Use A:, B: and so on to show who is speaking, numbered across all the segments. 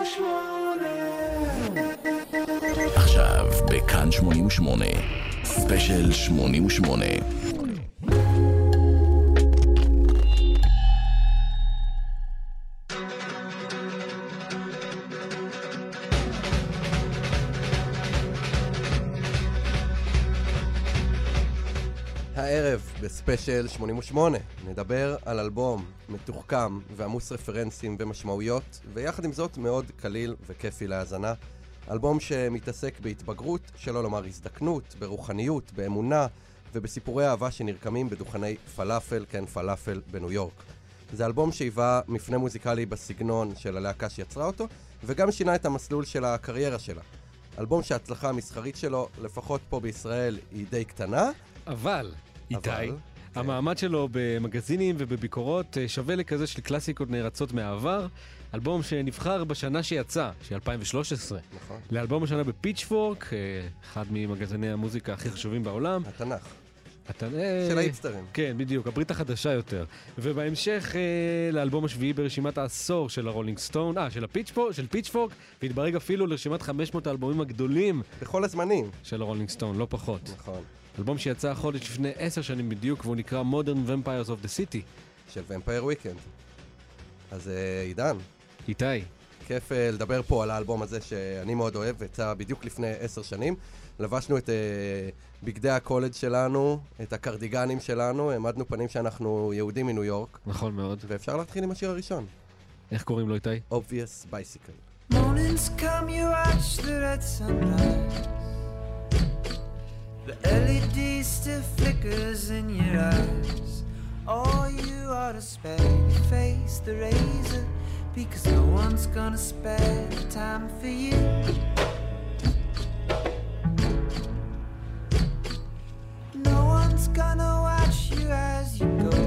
A: עכשיו בכאן 88 ספיישל 88.
B: הערב בספיישל 88 נדבר על אלבום מתוחכם ועמוס רפרנסים ומשמעויות, ויחד עם זאת מאוד קליל וכיפי להאזנה. אלבום שמתעסק בהתבגרות, שלא לומר הזדקנות, ברוחניות, באמונה ובסיפורי אהבה שנרקמים בדוכני פלאפל, כן פלאפל בניו יורק. זה אלבום שהיווה מפנה מוזיקלי בסגנון של הלהקה שיצרה אותו, וגם שינה את המסלול של הקריירה שלה. אלבום שההצלחה המסחרית שלו, לפחות פה בישראל, היא די קטנה.
C: אבל, איתי, המעמד שלו במגזינים ובביקורות שווה לכזה של קלאסיקות נערצות מהעבר. אלבום שנבחר בשנה שיצא, של 2013.
B: נכון.
C: לאלבום השנה בפיצ'פורק, אחד ממגזיני המוזיקה הכי חשובים בעולם.
B: התנ"ך. של ההיפסטרים.
C: כן, בדיוק, הברית החדשה יותר. ובהמשך לאלבום השביעי ברשימת העשור של הרולינג סטון, של פיצ'פורק, והתברג אפילו לרשימת 500 האלבומים הגדולים.
B: בכל הזמנים.
C: של הרולינג סטון, לא פחות.
B: נכון.
C: אלבום שיצא חודש לפני 10 שנים בדיוק, והוא נקרא Modern Vampires of the City.
B: של Vampire Weekend. אז עידן.
C: איתי.
B: כיף לדבר פה על האלבום הזה שאני מאוד אוהב, יצא בדיוק לפני 10 שנים. לבשנו את בגדי הקולג' שלנו, את הקרדיגנים שלנו, העמדנו פנים שאנחנו יהודים מניו יורק.
C: נכון מאוד.
B: ואפשר להתחיל עם השיר הראשון.
C: איך קוראים לו איתי?
B: Obvious Bicycle.
D: Mornings come, you watch the red sunrise. The LED still flickers in your eyes. Oh, you ought to spare your face the razor, because no one's gonna spare the time for you. No one's gonna watch you as you go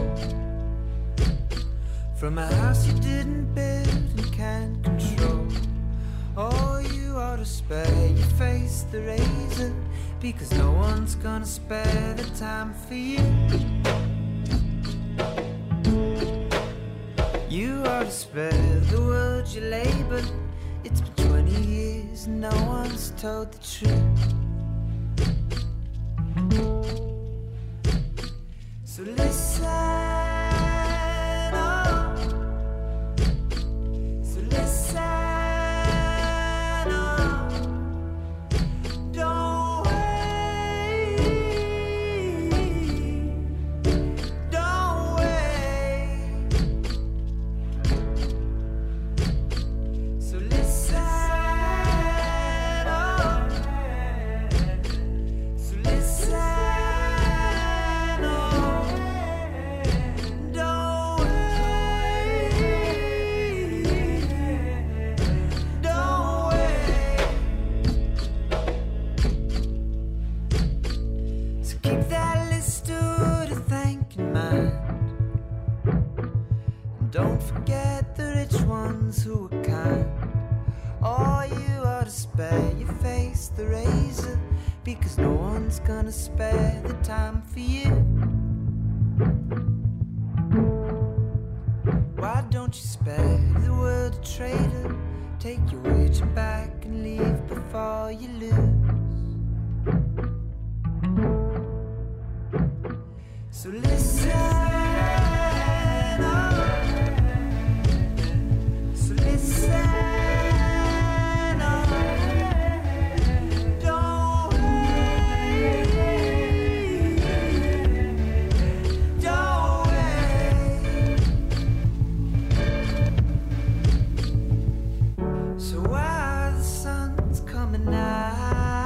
D: from a house you didn't build and can't control. Oh, you ought to spare your face the razor, because no one's gonna spare the time for you. You ought to spare the world your labor. It's been 20 years and no one's told the truth. So listen. Don't forget the rich ones who were kind. Oh, you ought to spare your face the razor, because no one's gonna spare the time for you. Why don't you spare the world a traitor? Take your wager back and leave before you lose. So listen. So while the sun's coming out,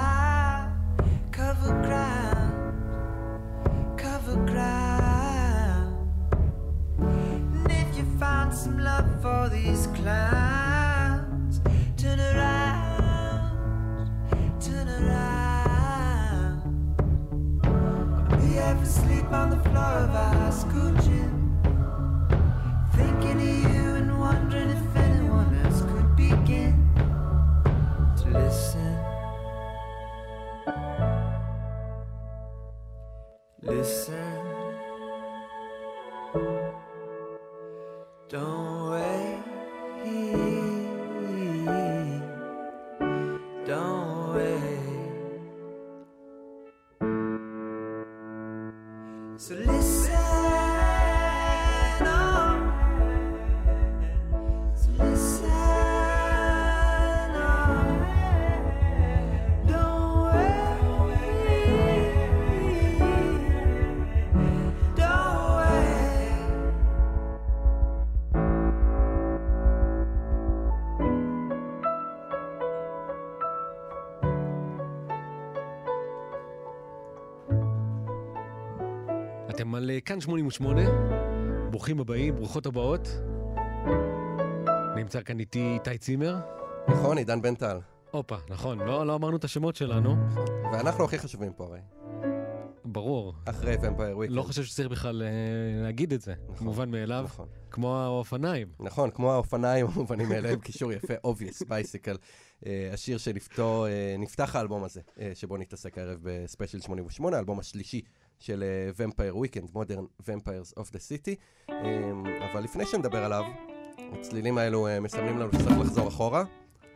C: אתם על כאן 88, ברוכים הבאים, ברוכות הבאות. נמצא כאן איתי איתי צימר.
B: נכון, עידן בן טל.
C: אופה, נכון, לא אמרנו את השמות שלנו.
B: ואנחנו הכי חשובים פה הרי.
C: ברור.
B: אחרי ומפייר וויקנד.
C: לא חושב שצריך בכלל להגיד את זה, מובן מאליו.
B: נכון.
C: כמו האופניים.
B: נכון, כמו האופניים המובנים מאליהם, קישור יפה, obvious, bicycle. השיר שנפתח האלבום הזה, שבו נתעסק הערב בספיישל 88, האלבום השלישי של ומפייר וויקנד, Modern Vampires of the City. אבל לפני שנדבר עליו, הצלילים האלו מסמנים לנו שצריך לחזור אחורה.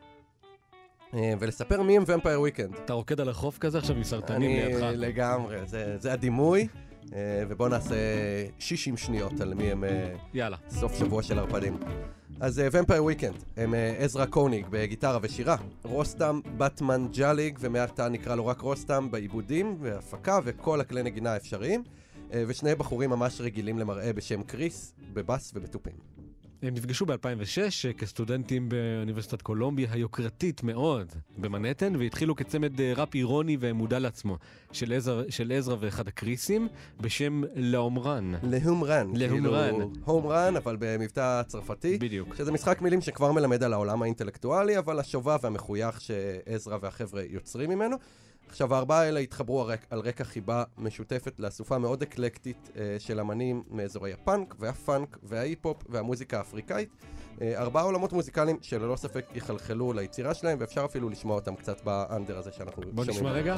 B: ולספר מי הם ומפייר וויקנד.
C: אתה רוקד על החוף כזה עכשיו עם סרטנים לידך.
B: אני לגמרי, זה הדימוי. ובואו נעשה 60 שניות על מי הם סוף שבוע של הרפדים. אז ומפייר וויקנד, הם עזרא קוניג בגיטרה ושירה, רוסטם בטמן ג'אליג, ומעתה נקרא לו רק רוסטם בעיבודים והפקה וכל הכלי נגינה האפשריים, ושני בחורים ממש רגילים למראה בשם קריס, בבאס ובטופים.
C: הם נפגשו ב-2006 כסטודנטים באוניברסיטת קולומביה היוקרתית מאוד במנהטן, והתחילו כצמד ראפ אירוני ומודע לעצמו של עזרא ואחד הקריסים בשם להומרן.
B: להומרן. הומרן, אבל במבטא צרפתי.
C: בדיוק.
B: שזה משחק מילים שכבר מלמד על העולם האינטלקטואלי, אבל השובב והמחוייך שעזרא והחבר'ה יוצרים ממנו. עכשיו, הארבעה האלה התחברו על רקע חיבה משותפת לאסופה מאוד אקלקטית של אמנים מאזורי הפאנק והפאנק וההיפ-הופ והמוזיקה האפריקאית. ארבעה עולמות מוזיקליים שללא ספק יחלחלו ליצירה שלהם, ואפשר אפילו לשמוע אותם קצת באנדר הזה שאנחנו שומעים.
C: בוא נשמע רגע.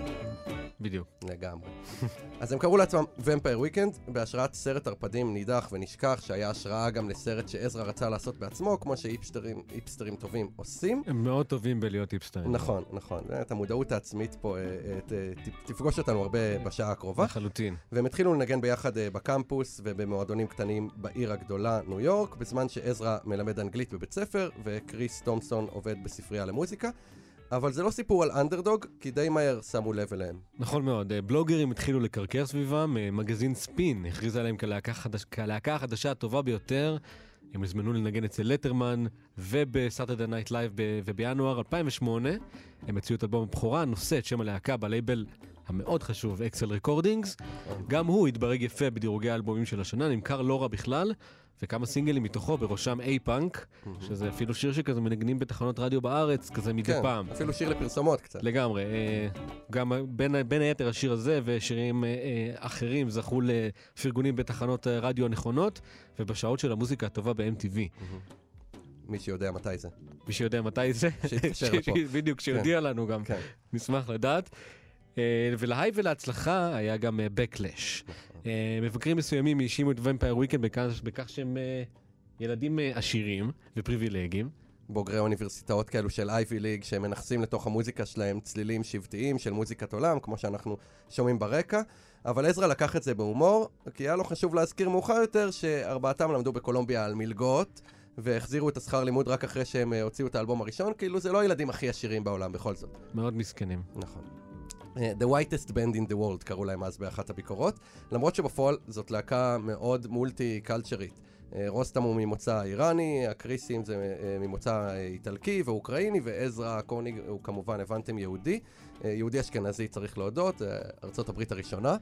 C: בדיוק.
B: לגמרי. אז הם קראו לעצמם ומפייר וויקנד, בהשראת סרט הרפדים נידח ונשכח, שהיה השראה גם לסרט שעזרא רצה לעשות בעצמו, כמו שהיפסטרים טובים עושים.
C: הם מאוד טובים בלהיות היפסטרים.
B: נכון, נכון. את המודעות העצמית פה תפגוש אותנו הרבה בשעה הקרובה.
C: לחלוטין.
B: והם התחילו לנגן ביחד בקמפוס ובמועדונים קטנים בעיר הגדולה ניו יורק, בזמן שעזרא מלמד אנגלית בבית ספר, וקריס תומסון עובד בספרייה למוזיקה. אבל זה לא סיפור על אנדרדוג, כי די מהר שמו לב אליהם.
C: נכון מאוד. בלוגרים התחילו לקרקר סביבם, מגזין ספין הכריז עליהם כלהקה החדשה הטובה ביותר. הם הזמנו לנגן אצל לטרמן ובסאטרדיי נייט לייב ובינואר 2008. הם הציעו את אלבום הבכורה, נושא את שם הלהקה בלייבל המאוד חשוב, אקסל רקורדינגס. גם הוא התברג יפה בדירוגי האלבומים של השנה, נמכר לא רע בכלל, וכמה סינגלים מתוכו, בראשם איי-פאנק, שזה אפילו שיר שכזה מנגנים בתחנות רדיו בארץ, כזה מדי פעם.
B: כן, אפילו שיר לפרסומות קצת.
C: לגמרי. גם בין היתר השיר הזה ושירים אחרים זכו לפרגונים בתחנות רדיו הנכונות, ובשעות של המוזיקה הטובה ב-MTV.
B: מי שיודע מתי זה.
C: מי שיודע מתי זה.
B: שיתקשר לפה.
C: בדיוק, שיודיע לנו גם. נשמח לדעת. ולהי ולהצלחה היה גם Backlash. מבקרים מסוימים האשימו את ומפייר וויקנד בכך שהם ילדים עשירים ופריבילגיים.
B: בוגרי אוניברסיטאות כאלו של אייבי ליג, שהם מנחסים לתוך המוזיקה שלהם צלילים שבטיים של מוזיקת עולם, כמו שאנחנו שומעים ברקע. אבל עזרא לקח את זה בהומור, כי היה לו חשוב להזכיר מאוחר יותר שארבעתם למדו בקולומביה על מלגות, והחזירו את השכר לימוד רק אחרי שהם הוציאו את האלבום הראשון, כאילו זה לא הילדים הכי עשירים בעולם בכל זאת.
C: מאוד מסכנים.
B: נכון. The Whitest Band in the World קראו להם אז באחת הביקורות, למרות שבפועל זאת להקה מאוד מולטי-קלצ'רית. רוסטם הוא ממוצא איראני, הקריסים זה ממוצא איטלקי ואוקראיני, ועזרא קוניג הוא כמובן, הבנתם, יהודי. יהודי אשכנזי צריך להודות, ארצות הברית הראשונה.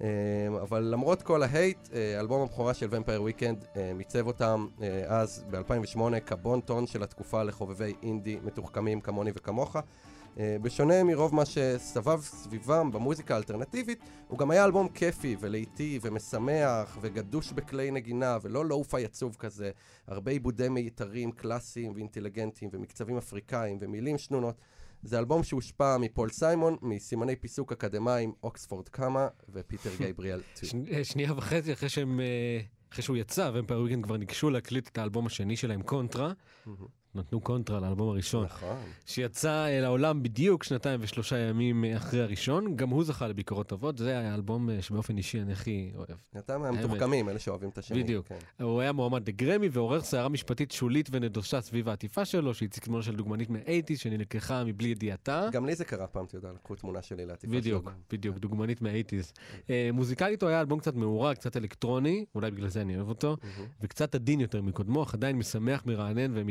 B: אבל למרות כל ההייט, אלבום הבכורה של ומפייר וויקנד מיצב אותם אז ב-2008 כבון טון של התקופה לחובבי אינדי מתוחכמים כמוני וכמוך. בשונה מרוב מה שסבב סביבם במוזיקה האלטרנטיבית, הוא גם היה אלבום כיפי ולעיתי ומשמח וגדוש בכלי נגינה ולא לואו-פיי עצוב כזה, הרבה עיבודי מיתרים קלאסיים ואינטליגנטיים ומקצבים אפריקאים ומילים שנונות. זה אלבום שהושפע מפול סיימון, מסימני פיסוק אקדמיים אוקספורד קאמה ופיטר גייבריאל 2.
C: שנייה וחצי אחרי שהוא יצא, ומפייר וויקנד כבר ניגשו להקליט את האלבום השני שלהם, קונטרה. נתנו קונטרה לאלבום הראשון. נכון. שיצא אל העולם בדיוק 2 ו3 ימים אחרי הראשון. גם הוא זכה לביקורות טובות. זה היה האלבום שבאופן אישי אני הכי אוהב.
B: אתה מהמתוחכמים, אלה שאוהבים את השני.
C: בדיוק. הוא היה מועמד לגרמי ועורר סערה משפטית שולית ונדושה סביב העטיפה שלו, שהציג תמונה של דוגמנית מה-80s שנלקחה מבלי ידיעתה.
B: גם לי זה קרה פעם, אתה יודע, לקחו תמונה שלי לעטיפה שלו.
C: בדיוק, דוגמנית מה-80s. מוזיקלית הוא היה אלבום קצת מעורר, קצת אלקטרוני, אולי בגלל זה אני אוהב אותו, וקצת עדין יותר מקודמו, אך עדיין משמח, מרענן ומתחכם כמו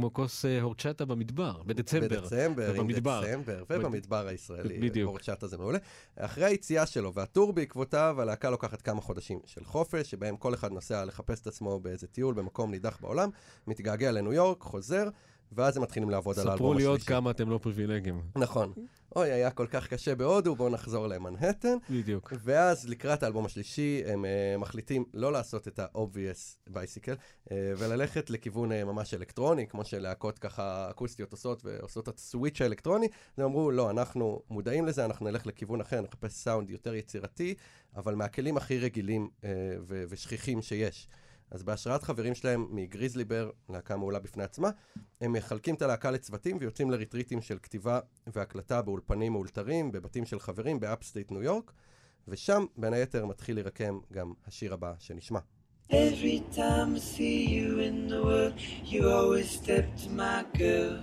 C: כמו כוס הורצ'טה במדבר, בדצמבר.
B: ובמדבר הישראלי.
C: בדיוק.
B: הורצ'טה זה מעולה. אחרי היציאה שלו והטור בעקבותיו, הלהקה לוקחת כמה חודשים של חופש, שבהם כל אחד נוסע לחפש את עצמו באיזה טיול במקום נידח בעולם, מתגעגע לניו יורק, חוזר, ואז הם מתחילים לעבוד על האלבום השלישי.
C: ספרו לי עוד כמה אתם לא פריבילגים.
B: נכון. אוי, היה כל כך קשה בהודו, בואו נחזור למנהטן.
C: בדיוק.
B: ואז לקראת האלבום השלישי, הם מחליטים לא לעשות את ה-obvious bicycle, וללכת לכיוון ממש אלקטרוני, כמו שלהקות ככה אקוסטיות עושות, ועושות את הסוויץ' האלקטרוני. הם אמרו, לא, אנחנו מודעים לזה, אנחנו נלך לכיוון אחר, נחפש סאונד יותר יצירתי, אבל מהכלים הכי רגילים ושכיחים שיש. אז בהשראת חברים שלהם מגריזלי בר, להקה מעולה בפני עצמה, הם מחלקים את הלהקה לצוותים ויוצאים לריטריטים של כתיבה והקלטה באולפנים מאולתרים, בבתים של חברים באפסטייט ניו יורק, ושם בין היתר מתחיל לרקם גם השיר הבא שנשמע.
D: Every time I see you in the world, you always step to my girl.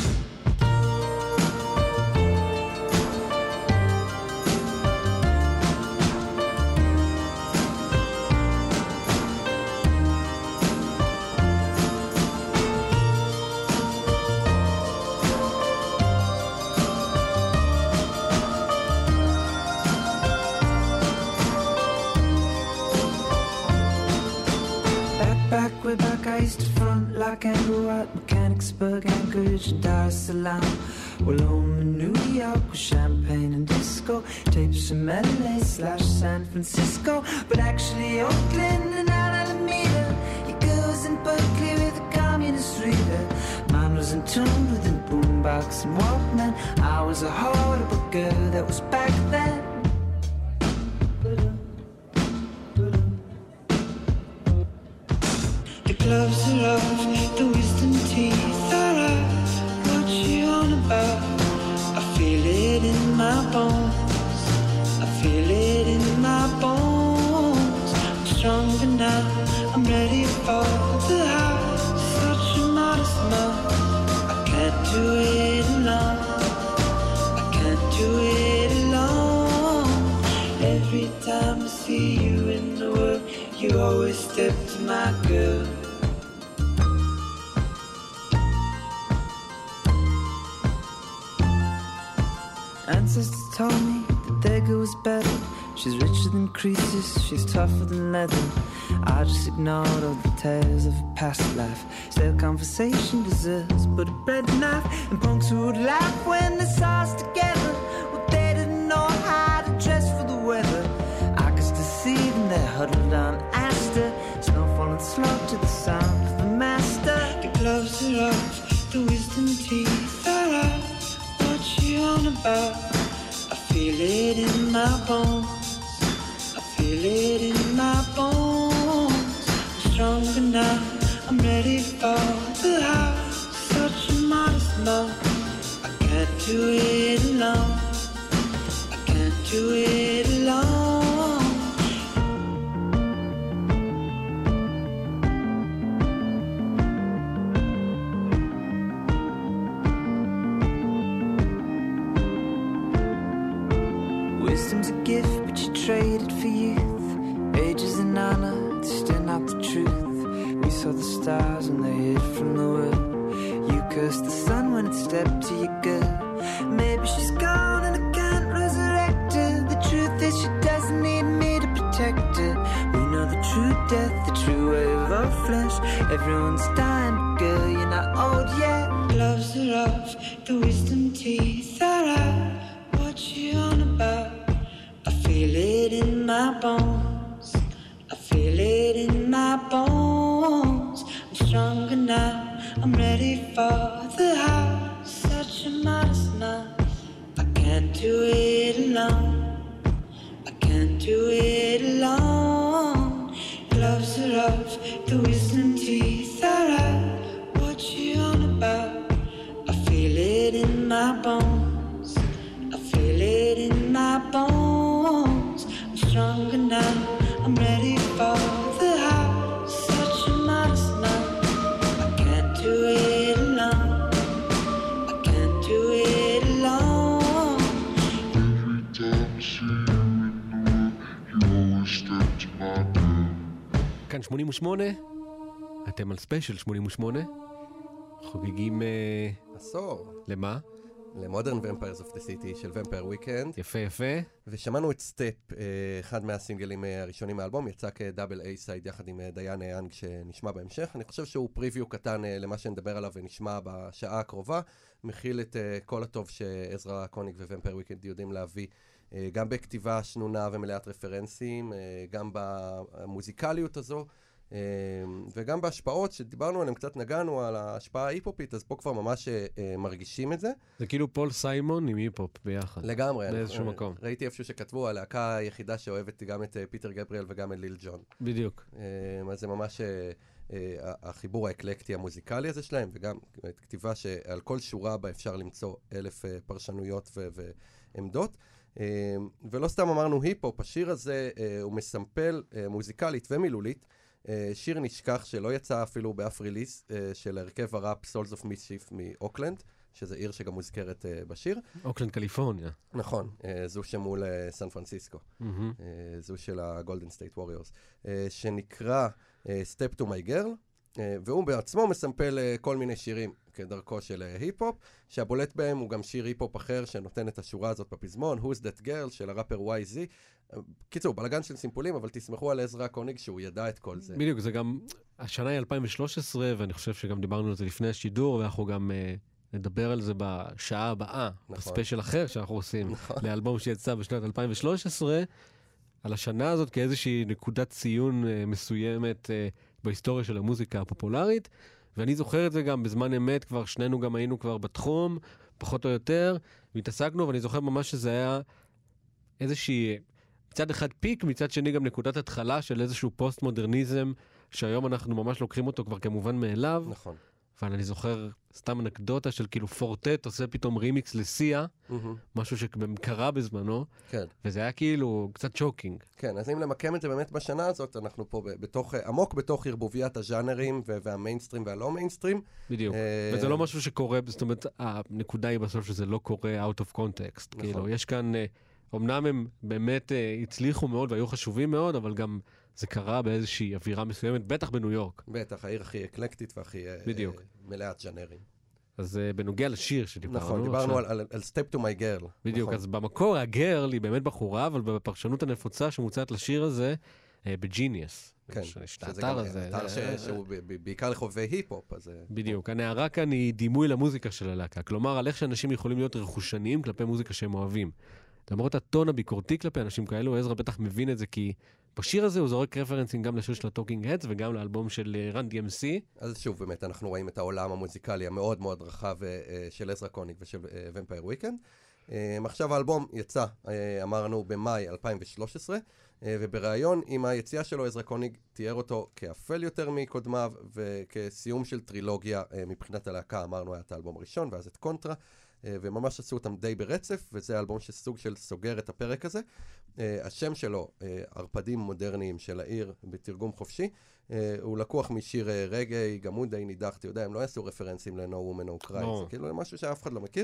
D: Way back I used to front like Anglewood, Mechanicsburg, Anchorage, and Dar es Salaam. Well, home in New York with champagne and disco, tapes from LA/San Francisco, but actually Oakland and Alameda. Your girl's in Berkeley with a communist reader. Mine was in tune with a boombox and Walkman. I was a horrible girl that was back then. Gloves are off, the wisdom teeth are out. What you on about? I feel it in my bones. I feel it in my bones. I'm stronger now, I'm ready for the house. Such a modest mouth. I can't do it alone. I can't do it alone. Every time I see you in the world, you always step to my girl. Ancestors told me that their girl was better. She's richer than Croesus, she's tougher than leather. I just ignored all the tales of a past life. Stale conversation deserves but a bread knife. And punks who would laugh when they saw us together. Well, they didn't know how to dress for the weather. I could still see them there huddled on Astor. Snow falling slow to the sound of the master. The gloves are off, the wisdom teeth are out. What you on about? I feel it in my bones. I feel it in my bones. I'm stronger now. I'm ready for the house. Such a modest mouth. I can't do it alone. I can't do it alone. Wisdom's a gift, but you trade it for youth. Age is an honor, it's still not the truth. We saw the stars when they hid from the world. You cursed the sun when it stepped to your girl. Maybe she's gone and I can't resurrect her. The truth is she doesn't need me to protect her. We know the true death, the true wave of flesh. Everyone's dying, but girl, you're not old yet. Gloves are off, the wisdom teeth are out. What you on about? I feel it in my bones. I feel it in my bones. I'm stronger now. I'm ready for the house. Such a modest mouth. I can't do it alone. I can't do it alone. Gloves are off. The wisdom teeth are out. What you on about? I feel it in my bones. I feel it in my bones. I'm stronger now. I'm ready for the house. Such a modest mouth. I can't do it alone. I can't do it alone.
E: Every time I see you in the world, you always step to my door.
C: כאן 88, אתם על ספיישל 88, חוגגים
B: עשור.
C: למה?
B: למודרן ומפיירס אוף דה סיטי של ומפייר וויקנד.
C: יפה יפה.
B: ושמענו את סטפ, אחד מהסינגלים הראשונים מהאלבום, יצא כדאבל איי סייד יחד עם דיאנה יאנג שנשמע בהמשך. אני חושב שהוא פריוויו קטן למה שנדבר עליו ונשמע בשעה הקרובה. מכיל את כל הטוב שעזרא קוניג וומפייר וויקנד יודעים להביא, גם בכתיבה שנונה ומלאת רפרנסים, גם במוזיקליות הזו, וגם בהשפעות שדיברנו עליהן, קצת נגענו על ההשפעה ההיפופית, אז פה כבר ממש מרגישים את זה.
C: זה כאילו פול סיימון עם היפופ ביחד.
B: לגמרי.
C: באיזשהו מקום.
B: ראיתי איפשהו שכתבו, הלהקה היחידה שאוהבת גם את פיטר גבריאל וגם את ליל ג'ון.
C: בדיוק.
B: אז זה ממש החיבור האקלקטי המוזיקלי הזה שלהם, וגם כתיבה שעל כל שורה בה אפשר למצוא 1000 פרשנויות ועמדות. ולא סתם אמרנו היפופ, השיר הזה הוא מסמפל מוזיקלית ומילולית, שיר נשכח שלא יצא אפילו באף ריליס, של הרכב הראפ Souls of Mischief מאוקלנד, שזה עיר שגם מוזכרת בשיר.
C: אוקלנד, קליפורניה.
B: נכון, זו שמול סן פרנסיסקו, זו של הגולדן סטייט ווריורס, שנקרא Step to My Girl, והוא בעצמו מסמפל כל מיני שירים כדרכו של היפ-הופ, שהבולט בהם הוא גם שיר היפ-הופ אחר שנותן את השורה הזאת בפזמון, Who's That Girl של הראפר YZ. קיצור, בלגן של סימפולים, אבל תסמכו על עזרא קוניג שהוא ידע את כל זה.
C: בדיוק, זה גם, השנה היא 2013, ואני חושב שגם דיברנו על זה לפני השידור, ואנחנו גם נדבר על זה בשעה הבאה, בספיישל אחר שאנחנו עושים, לאלבום שיצא בשנת 2013, על השנה הזאת כאיזושהי נקודת ציון מסוימת בהיסטוריה של המוזיקה הפופולרית, ואני זוכר את זה גם בזמן אמת, כבר שנינו גם היינו כבר בתחום, פחות או יותר, והתעסקנו, ואני זוכר ממש שזה היה איזושהי, מצד אחד פיק, מצד שני גם נקודת התחלה של איזשהו פוסט-מודרניזם, שהיום אנחנו ממש לוקחים אותו כבר כמובן מאליו.
B: נכון.
C: אבל אני זוכר סתם אנקדוטה של כאילו פורטט עושה פתאום רימיקס לסיה, משהו שקרה בזמנו,
B: כן.
C: וזה היה כאילו קצת שוקינג.
B: כן, אז אם למקם את זה באמת בשנה הזאת, אנחנו פה עמוק בתוך ערבוביית הז'אנרים והמיינסטרים והלא מיינסטרים.
C: בדיוק, וזה לא משהו שקורה, זאת אומרת, הנקודה היא בסוף שזה לא קורה out of context.
B: נכון.
C: כאילו, יש כאן, אמנם הם באמת הצליחו מאוד והיו חשובים מאוד, אבל גם זה קרה באיזושהי אווירה מסוימת, בטח בניו יורק.
B: בטח, העיר הכי אקלקטית והכי מלאת ז'אנרים.
C: אז בנוגע לשיר שדיברנו.
B: נכון, דיברנו על Step to My Girl.
C: בדיוק, אז במקור הגרל היא באמת בחורה, אבל בפרשנות הנפוצה שמוצעת לשיר הזה, בג'יניוס.
B: כן, שזה גם אתר שהוא בעיקר לחובבי היפ-הופ.
C: בדיוק, הנערה כאן היא דימוי למוזיקה של הלהקה. כלומר, על איך שאנשים יכולים להיות רכושניים כלפי מוזיקה שהם אוהבים. למרות הטון הביקורתי כלפי אנשים כאלו, עזרא בטח מבין את זה, כי בשיר הזה הוא זורק רפרנסים גם לשיר של הטוקינג הדס וגם לאלבום של רן DMC.
B: אז שוב, באמת, אנחנו רואים את העולם המוזיקלי המאוד מאוד רחב של עזרא קוניג ושל ומפייר וויקנד. עכשיו האלבום יצא, אמרנו, במאי 2013, ובראיון עם היציאה שלו, עזרא קוניג תיאר אותו כאפל יותר מקודמיו, וכסיום של טרילוגיה מבחינת הלהקה. אמרנו, היה את האלבום הראשון, ואז את קונטרה, וממש עשו אותם די ברצף, וזה אלבום שסוג של סוגר את הפרק הזה. השם שלו, ערפדים מודרניים של העיר בתרגום חופשי, הוא לקוח משיר רגעי, גם הוא די נידח, אתה יודע, הם לא יעשו רפרנסים ל-No Woman No Cry, זה כאילו משהו שאף אחד לא מכיר,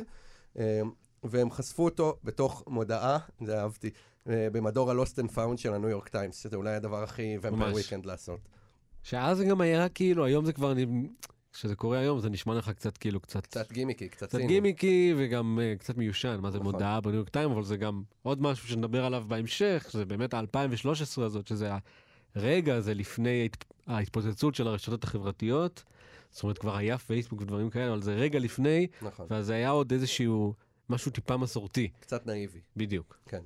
B: והם חשפו אותו בתוך מודעה, זה אהבתי, במדור ה-Lost and Found של הניו יורק טיימס, שזה אולי הדבר הכי ומפייר וויקנד לעשות.
C: שאז זה גם היה כאילו, היום זה כבר, כשזה קורה היום, זה נשמע לך קצת כאילו, קצת
B: גימיקי, קצת
C: ציני. קצת גימיקי וגם קצת מיושן, מה זה מודעה בניו יורק טיימס, אבל זה גם עוד משהו שנדבר עליו בהמשך, שזה באמת ה-2013 הזאת, שזה הרגע הזה לפני ההתפוצצות של הרשתות החברתיות, זאת אומרת, כבר היה פייסבוק ודברים כאלה, אבל זה רגע לפני, ואז היה עוד איזשהו משהו טיפה מסורתי.
B: קצת נאיבי.
C: בדיוק.
B: כן.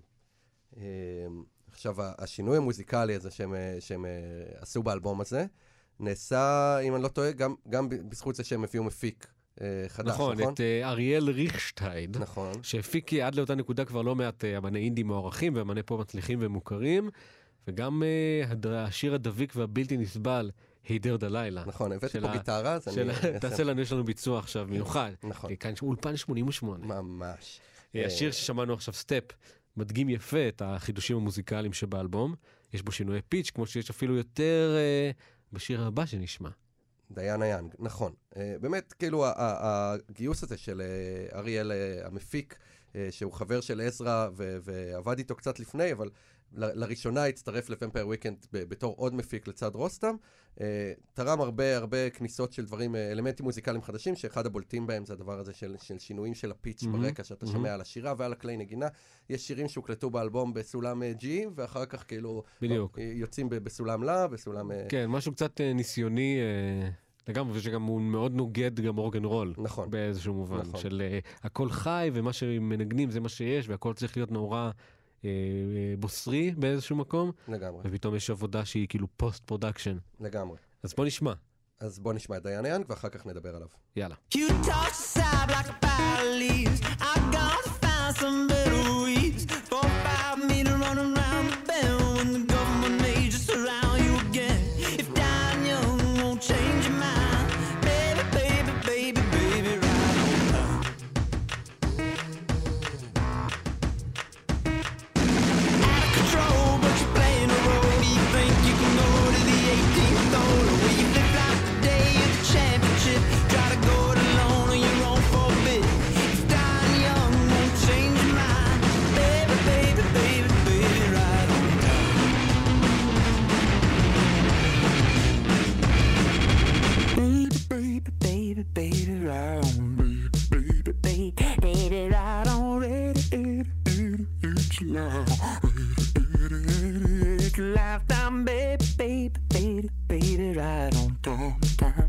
B: עכשיו, השינוי המוזיקלי הזה שהם עשו באלבום הזה, נעשה, אם אני לא טועה, גם בזכות זה שהם הביאו מפיק חדש, נכון?
C: נכון, את אריאל ריכשטייד,
B: נכון.
C: שהפיק עד לאותה נקודה כבר לא מעט אמני אינדי מוערכים ואמני פה מצליחים ומוכרים, וגם השיר הדביק והבלתי נסבל, הידר דלילה.
B: נכון, הבאתי פה גיטרה, אז
C: תעשה לנו, יש לנו ביצוע עכשיו מיוחד.
B: נכון.
C: כאן אולפן 88.
B: ממש.
C: השיר ששמענו עכשיו, סטפ, מדגים יפה את החידושים המוזיקליים שבאלבום. יש בו שינוי פיץ', כמו שיש אפילו יותר בשיר הבא שנשמע.
B: דיאנה יאנג, נכון. באמת, כאילו, הגיוס הזה של אריאל המפיק, שהוא חבר של עזרא, ועבד איתו קצת לפני, אבל לראשונה הצטרף לוומפייר וויקנד בתור עוד מפיק לצד רוסטם, תרם הרבה כניסות של דברים, אלמנטים מוזיקליים חדשים, שאחד הבולטים בהם זה הדבר הזה של שינויים של הפיץ' ברקע, שאתה שומע על השירה ועל הכלי נגינה. יש שירים שהוקלטו באלבום בסולם G, ואחר כך כאילו יוצאים בסולם לה, בסולם...
C: כן, משהו קצת ניסיוני... לגמרי, ושגם הוא מאוד נוגד גם אורגן רול.
B: נכון.
C: באיזשהו מובן. נכון. של הכל חי, ומה שמנגנים זה מה שיש, והכל צריך להיות נורא בוסרי באיזשהו מקום.
B: לגמרי.
C: ופתאום יש עבודה שהיא כאילו פוסט פרודקשן.
B: לגמרי.
C: אז בוא נשמע.
B: אז בוא נשמע את דיין יאנג, ואחר כך נדבר עליו.
C: יאללה.
D: You toss aside like a pile of leaves. I gotta find some better weeds. 4-5 me to run around the bend when the government may just surround you again. If dying young won't change your mind, baby, baby, baby, baby, right on time. Out of control, but you're playing a role. You think you can go to the 18th hole, or will you flip like the day of the championship? Try to go it alone on your own for a bit. If dying young won't change your mind, baby, baby, baby, baby, right on time. Baby, baby, baby, baby, right on. Baby, baby, baby, right on. It's life. It's lifetime, baby, baby, baby, baby, right on time,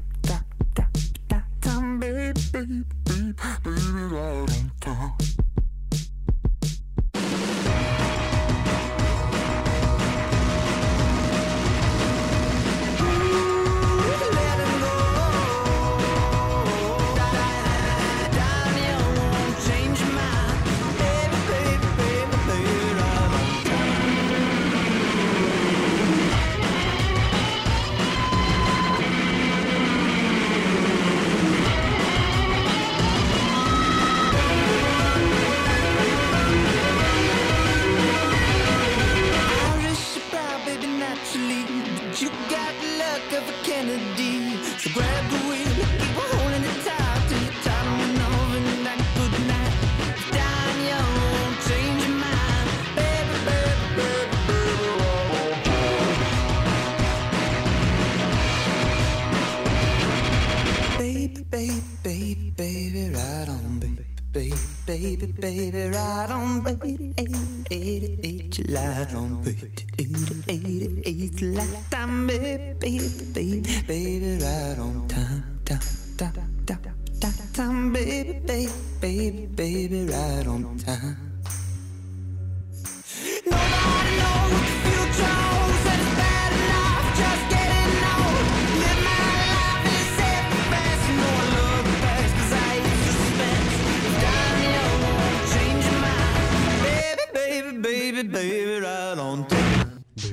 D: time, baby, baby, baby, baby, right on time. Baby, baby, ride on, baby, 88, light on, baby, 88, lifetime, baby, baby, baby, ride on, time, time, baby, baby, baby, ride on, time. Nobody knows what the future holds, and it's bad enough just getting old. Live my life and set the best, no I love the past, 'cause I hate suspense. Baby, baby, right on time.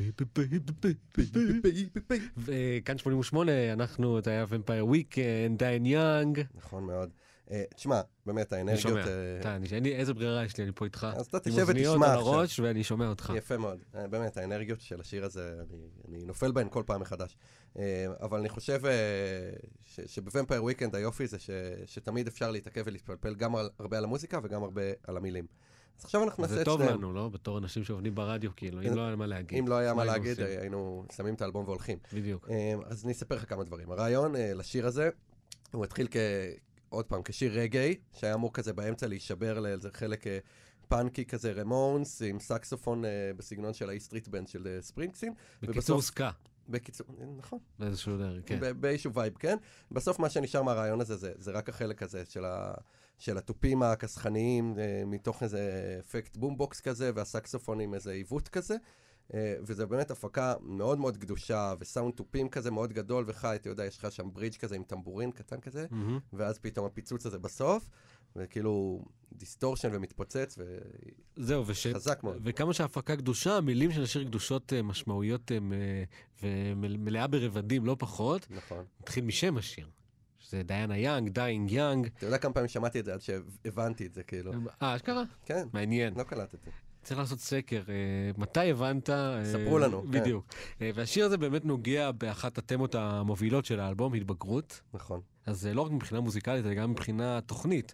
C: וכאן 88, אנחנו, זה היה ומפייר וויקנד, דיין יאנג.
B: נכון מאוד. תשמע, באמת, האנרגיות...
C: אני שומע, איזה ברירה יש לי, אני פה איתך.
B: אז אתה תשב ותשמע עכשיו.
C: עם אוזניות על הראש ואני שומע אותך.
B: יפה מאוד. באמת, האנרגיות של השיר הזה, אני נופל בהן כל פעם מחדש. אבל אני חושב שבוומפייר וויקנד היופי זה שתמיד אפשר להתעכב ולהתפלפל גם הרבה על המוזיקה וגם הרבה על המילים. אז עכשיו אנחנו נעשה את
C: זה טוב לנו, לא? בתור אנשים שעובדים ברדיו, כאילו, אם לא היה מה להגיד.
B: אם לא היה מה להגיד, היינו שמים את האלבום והולכים.
C: בדיוק.
B: אז אני אספר לך כמה דברים. הרעיון לשיר הזה, הוא התחיל עוד פעם, כשיר רגעי, שהיה אמור כזה באמצע להישבר לאיזה חלק פאנקי כזה, רמונס, עם סקסופון בסגנון של האי-סטריט בנד של ספרינגסטין.
C: בקיצור סקה.
B: בקיצור, נכון.
C: באיזשהו דרך, כן.
B: באיזשהו וייב, כן. בסוף מה שנשאר מהרעיון הזה, זה רק החלק הזה של הטופים הכסחניים, מתוך איזה אפקט בומבוקס כזה, והסקסופונים איזה עיוות כזה. וזה באמת הפקה מאוד מאוד קדושה, וסאונד טופים כזה מאוד גדול וחי, אתה יודע, יש לך שם ברידג' כזה עם טמבורין קטן כזה, ואז פתאום הפיצוץ הזה בסוף, וכאילו דיסטורשן ומתפוצץ, וחזק מאוד.
C: וכמה שההפקה קדושה, המילים של השיר קדושות משמעויות ומלאה ברבדים, לא פחות.
B: נכון.
C: מתחיל משם השיר. שזה דיינה יאנג, דיינג יאנג.
B: אתה יודע כמה פעמים שמעתי את זה עד שהבנתי את זה, כאילו.
C: אשכרה?
B: כן.
C: מעניין.
B: לא קלטתי.
C: צריך לעשות סקר. מתי הבנת?
B: ספרו לנו.
C: בדיוק. והשיר הזה באמת נוגע באחת התמות המובילות של האלבום, התבגרות.
B: נכון.
C: אז לא רק מבחינה מוזיקלית, אלא גם מבחינה תוכנית.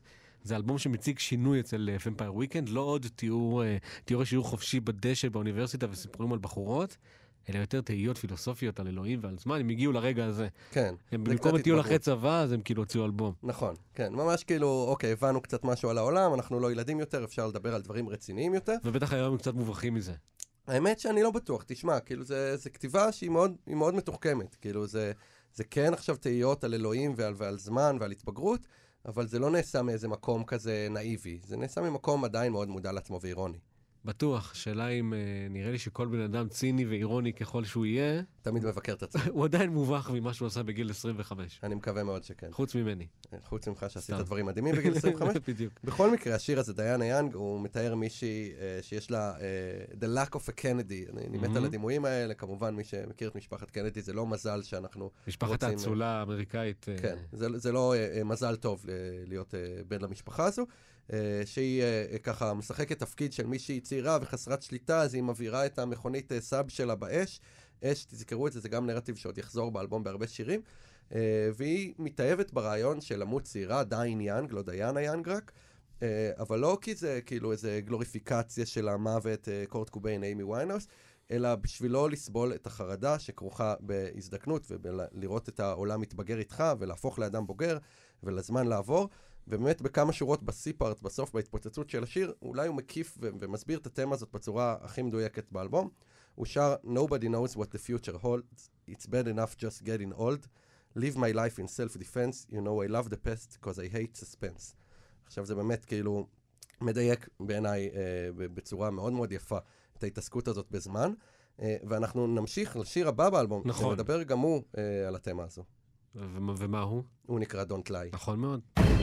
C: זה אלבום שמציג שינוי אצל Vampire Weekend, לא עוד תיאורי שיעור חופשי בדשא באוניברסיטה וסיפורים על בחורות, אלא יותר תהיות פילוסופיות על אלוהים ועל זמן, הם הגיעו לרגע הזה.
B: כן.
C: הם במקום הטיול אחרי צבא, אז הם כאילו הוציאו אלבום.
B: נכון, כן. ממש כאילו, אוקיי, הבנו קצת משהו על העולם, אנחנו לא ילדים יותר, אפשר לדבר על דברים רציניים יותר.
C: ובטח היום הם קצת מוברחים מזה.
B: האמת שאני לא בטוח, תשמע, כאילו זה כתיבה שהיא מאוד מתוחכמת, כאילו זה כן עכשיו תהיות על אלוהים ועל זמן ועל התבגרות, אבל זה לא נעשה מאיזה מקום כזה נאיבי, זה נעשה ממקום עדיין מאוד מודע לעצמו ואירוני.
C: בטוח, שאלה אם נראה לי שכל בן אדם ציני ואירוני ככל שהוא יהיה,
B: תמיד מבקר את עצמו.
C: הוא עדיין מובך ממה שהוא עשה בגיל 25.
B: אני מקווה מאוד שכן.
C: חוץ ממני.
B: חוץ ממך שעשית דברים מדהימים בגיל 25.
C: בדיוק.
B: בכל מקרה, השיר הזה, דיאנה יאנג, הוא מתאר מישהי שיש לה The Lack of a Kennedy. אני מת על הדימויים האלה, כמובן מי שמכיר את משפחת קנדי, זה לא מזל שאנחנו
C: משפחת האצולה האמריקאית.
B: כן, זה לא מזל טוב להיות בן למשפחה הזו. שהיא ככה משחקת תפקיד של מישהי צעירה וחסרת שליטה, אז היא מבעירה את המכונית סאב שלה באש. אש, תזכרו את זה, זה גם נרטיב שעוד יחזור באלבום בהרבה שירים. והיא מתאהבת ברעיון של למות צעירה, דיין יאנג, לא דיאנה יאנג רק, אבל לא כי זה כאילו איזה גלוריפיקציה של המוות, קורט קוביין, אימי ויינהאוס, אלא בשבילו לסבול את החרדה שכרוכה בהזדקנות ולראות את העולם מתבגר איתך ולהפוך לאדם בוגר ולזמן לעבור. ובאמת בכמה שורות בסי-פארט, בסוף בהתפוצצות של השיר, אולי הוא מקיף ומסביר את התמה הזאת בצורה הכי מדויקת באלבום. הוא שר Nobody knows what the future holds, it's bad enough just getting old, live my life in self-defense, you know I love the past because I hate suspense. עכשיו זה באמת כאילו מדייק בעיניי בצורה מאוד מאוד יפה את ההתעסקות הזאת בזמן, ואנחנו נמשיך לשיר הבא באלבום,
C: נכון.
B: שנדבר גם הוא על התמה הזו.
C: ומה הוא?
B: הוא נקרא Don't Lie.
C: נכון מאוד.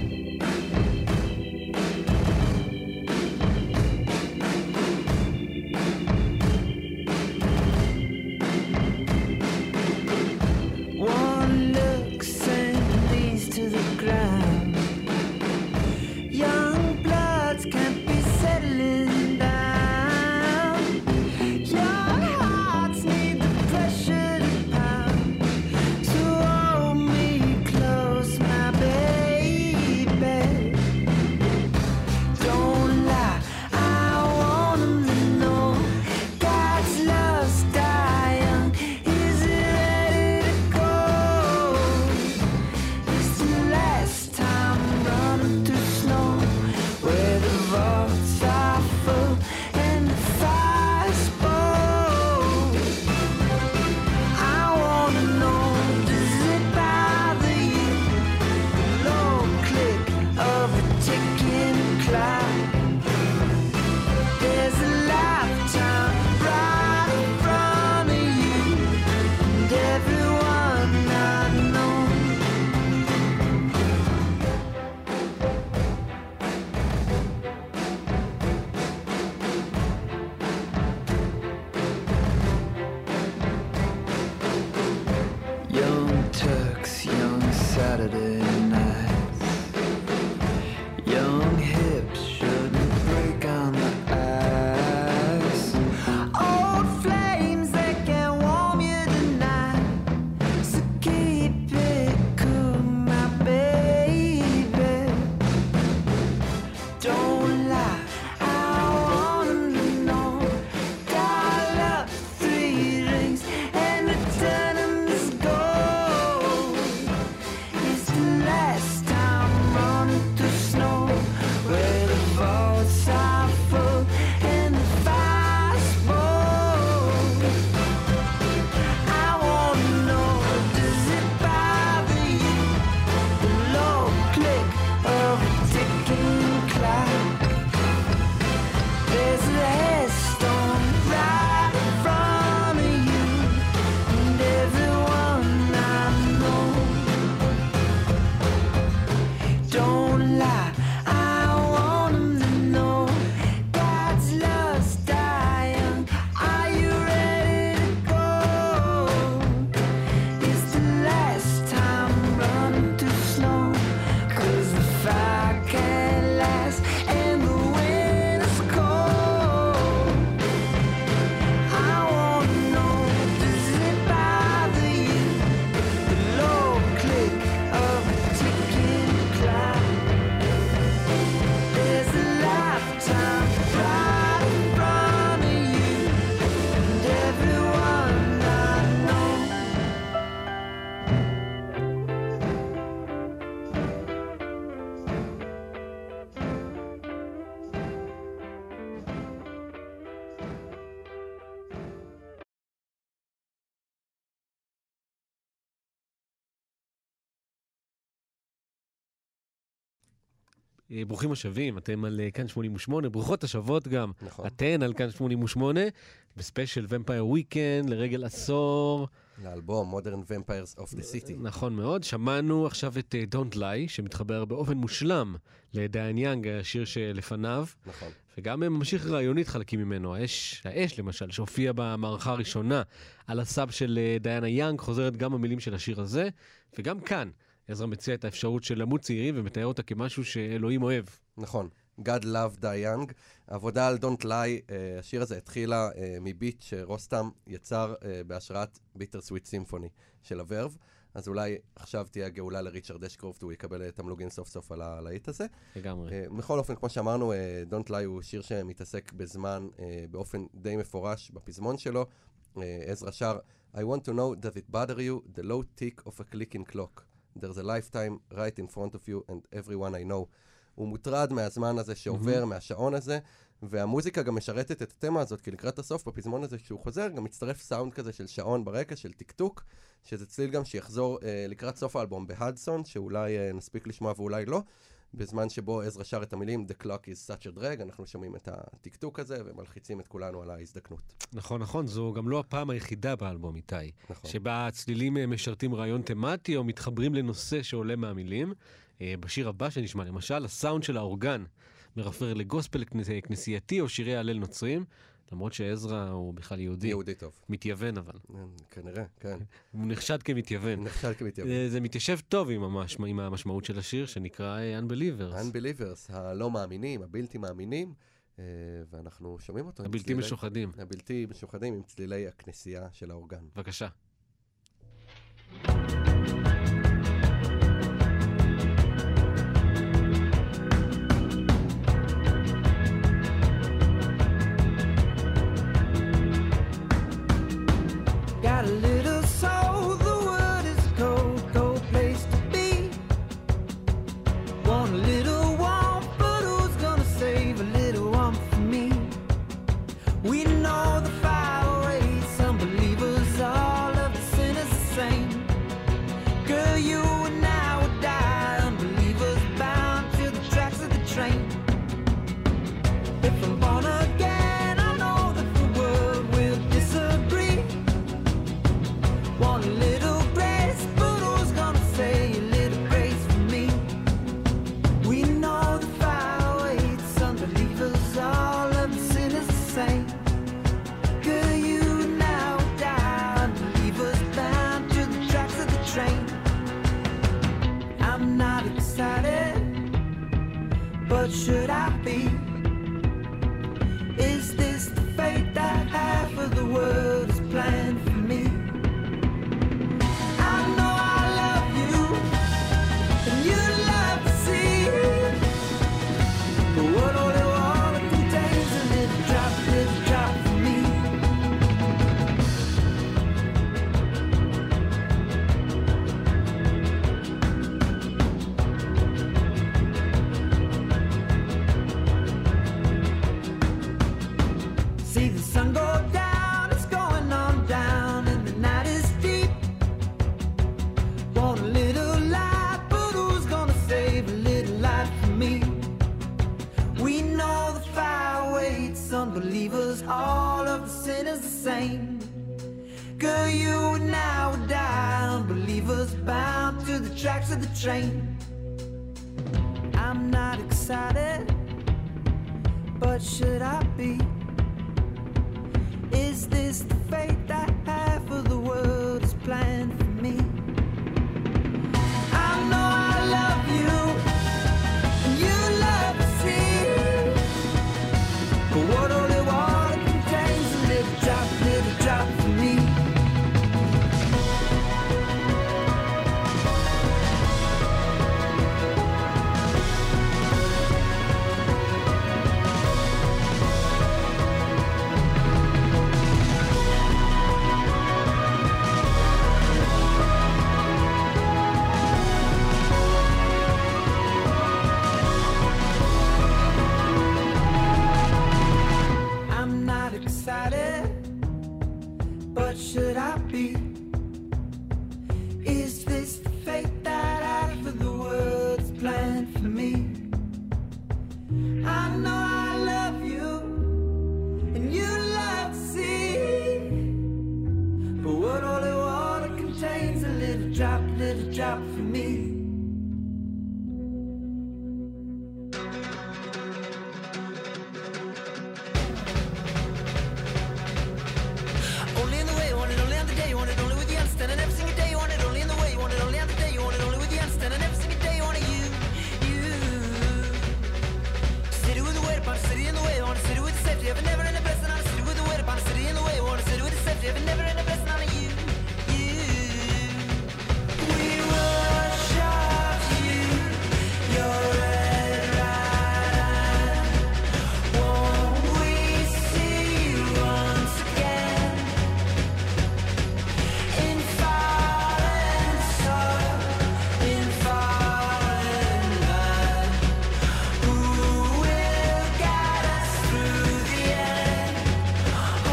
D: One look sent these to the ground. Young bloods can't be settling down. Young hearts need the pressure to pound. So hold me close, my baby.
C: ברוכים השבים, אתם על כאן 88, ברוכות השבות גם.
B: נכון.
C: אתן על כאן 88, בספיישל ומפייר וויקנד, לרגל עשור.
B: לאלבום Modern Vampires of the City.
C: נכון מאוד, שמענו עכשיו את Don't Lie, שמתחבר באופן מושלם לדיין יאנג, השיר שלפניו.
B: נכון.
C: וגם ממשיך רעיונית חלקים ממנו. האש למשל, שהופיע במערכה הראשונה על הסאב של דיינה יאנג, חוזרת גם המילים של השיר הזה, וגם כאן עזרא מציע את האפשרות של למות צעירים ומתאר אותה כמשהו שאלוהים אוהב.
B: נכון. God Love Die Young. העבודה על Don't Lie, השיר הזה התחילה מביט שרוסטם יצר בהשראת ביטר סוויט סימפוני של הוורב. אז אולי עכשיו תהיה הגאולה לריצ'רד אשקרופט, הוא יקבל תמלוגים סוף סוף על הלהיט הזה.
C: לגמרי.
B: בכל אופן, כמו שאמרנו, Don't Lie הוא שיר שמתעסק בזמן באופן די מפורש בפזמון שלו. עזרא שר, I want to know, does it bother you, the low tick of a clicking clock. There's a lifetime right in front of you and everyone I know. הוא מוטרד מהזמן הזה שעובר, מהשעון הזה, והמוזיקה גם משרתת את התמה הזאת, כי לקראת הסוף, בפזמון הזה שהוא חוזר, גם מצטרף סאונד כזה של שעון ברקע, של טיקטוק, שזה צליל גם שיחזור לקראת סוף האלבום בהדסון, שאולי נספיק לשמוע ואולי לא, בזמן שבו עזרא שר את המילים The clock is such a drag, אנחנו שומעים את הטיקטוק הזה ומלחיצים את כולנו על ההזדקנות.
C: נכון, זו גם לא הפעם היחידה באלבום איתי,
B: נכון.
C: שבה הצלילים משרתים רעיון תמטי או מתחברים לנושא שעולה מהמילים. בשיר הבא שנשמע, למשל, הסאונד של האורגן מרפר לגוספל כנסייתי או שירי הלל נוצרים, למרות שעזרא הוא בכלל יהודי.
B: יהודי טוב.
C: מתייוון אבל.
B: כנראה, כן.
C: הוא נחשד כמתייוון. זה מתיישב טוב עם המשמעות של השיר שנקרא Unbelievers.
B: Unbelievers, הלא מאמינים, הבלתי מאמינים, ואנחנו שומעים אותו.
C: הבלתי משוחדים.
B: הבלתי משוחדים עם צלילי הכנסייה של האורגן.
C: בבקשה.
D: Got a little soul, the world is cold, cold place to be. Want a little warmth, but who's gonna save a little warmth for me? We know the fire awaits, unbelievers, all of the sinners the same. Girl, you and I would die, unbelievers bound to the tracks of the train. If I'm born again, I know that the world will disagree. Want a little grace, but who's gonna say a little grace for me? We know the fire waits, unbelievers, all of the sinners the same. Girl, you now die, unbelievers bound to the tracks of the train. I'm not excited, but should I be? Is this the fate that half of the world is planned for me? I know I love you, and you love to see it. But what only water contains a little drop for me. See the sun go down, it's going on down, and the night is deep. Want a little light, but who's gonna save a little light for me? We know the fire waits, unbelievers, all of the sinners the same. Girl, you and I would die, unbelievers bound to the tracks of the train. I'm not excited, but should I be? Is this the fate that half of the world is planned for me? I know I love you, and you love to see it. But what only water contains a little drop for me. if I never end up blessing on a city with the weight upon a city in the way. Want a city with a safety if I never end up blessing on a you. We worship you, your red right. Won't we see you once again in foreign soil, in foreign land? Who will guide us through the end? Oh.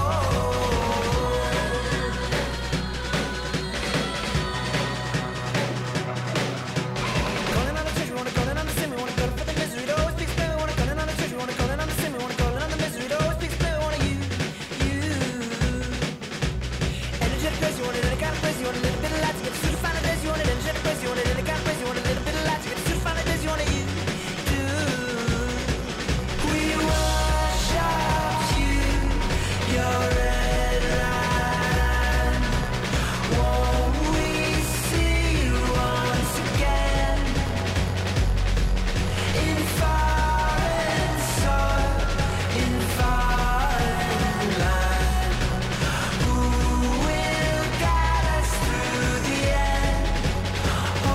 D: Calling on the church, we wanna call it on the sin, we wanna call it for the misery that always speaks clear. We wanna call it on the church, we wanna call it on the sin, we wanna call it on the misery that always speaks clear. We wanna you. Energetic praise, you want it any kind of praise, you want a little bit of light to get through the final days. You want it energetic praise, you want it any kind of praise, you want a little bit of light to get through the final days. You want it you. We worship you, your red light. Won't we see you once again in foreign soil, in foreign land? Who will guide us through the end? Oh.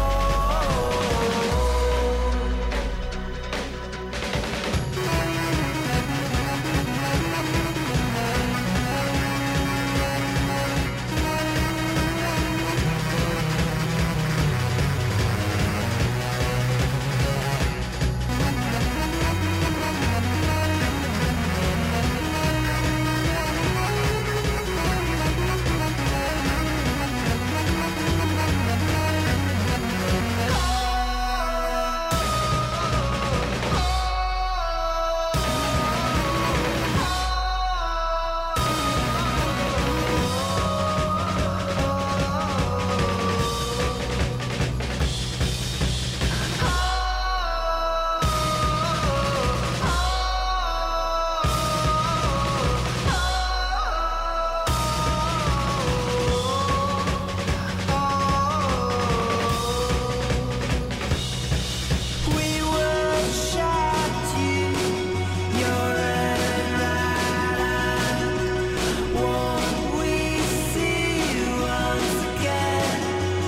D: We worship you, your red light. Won't we see you once again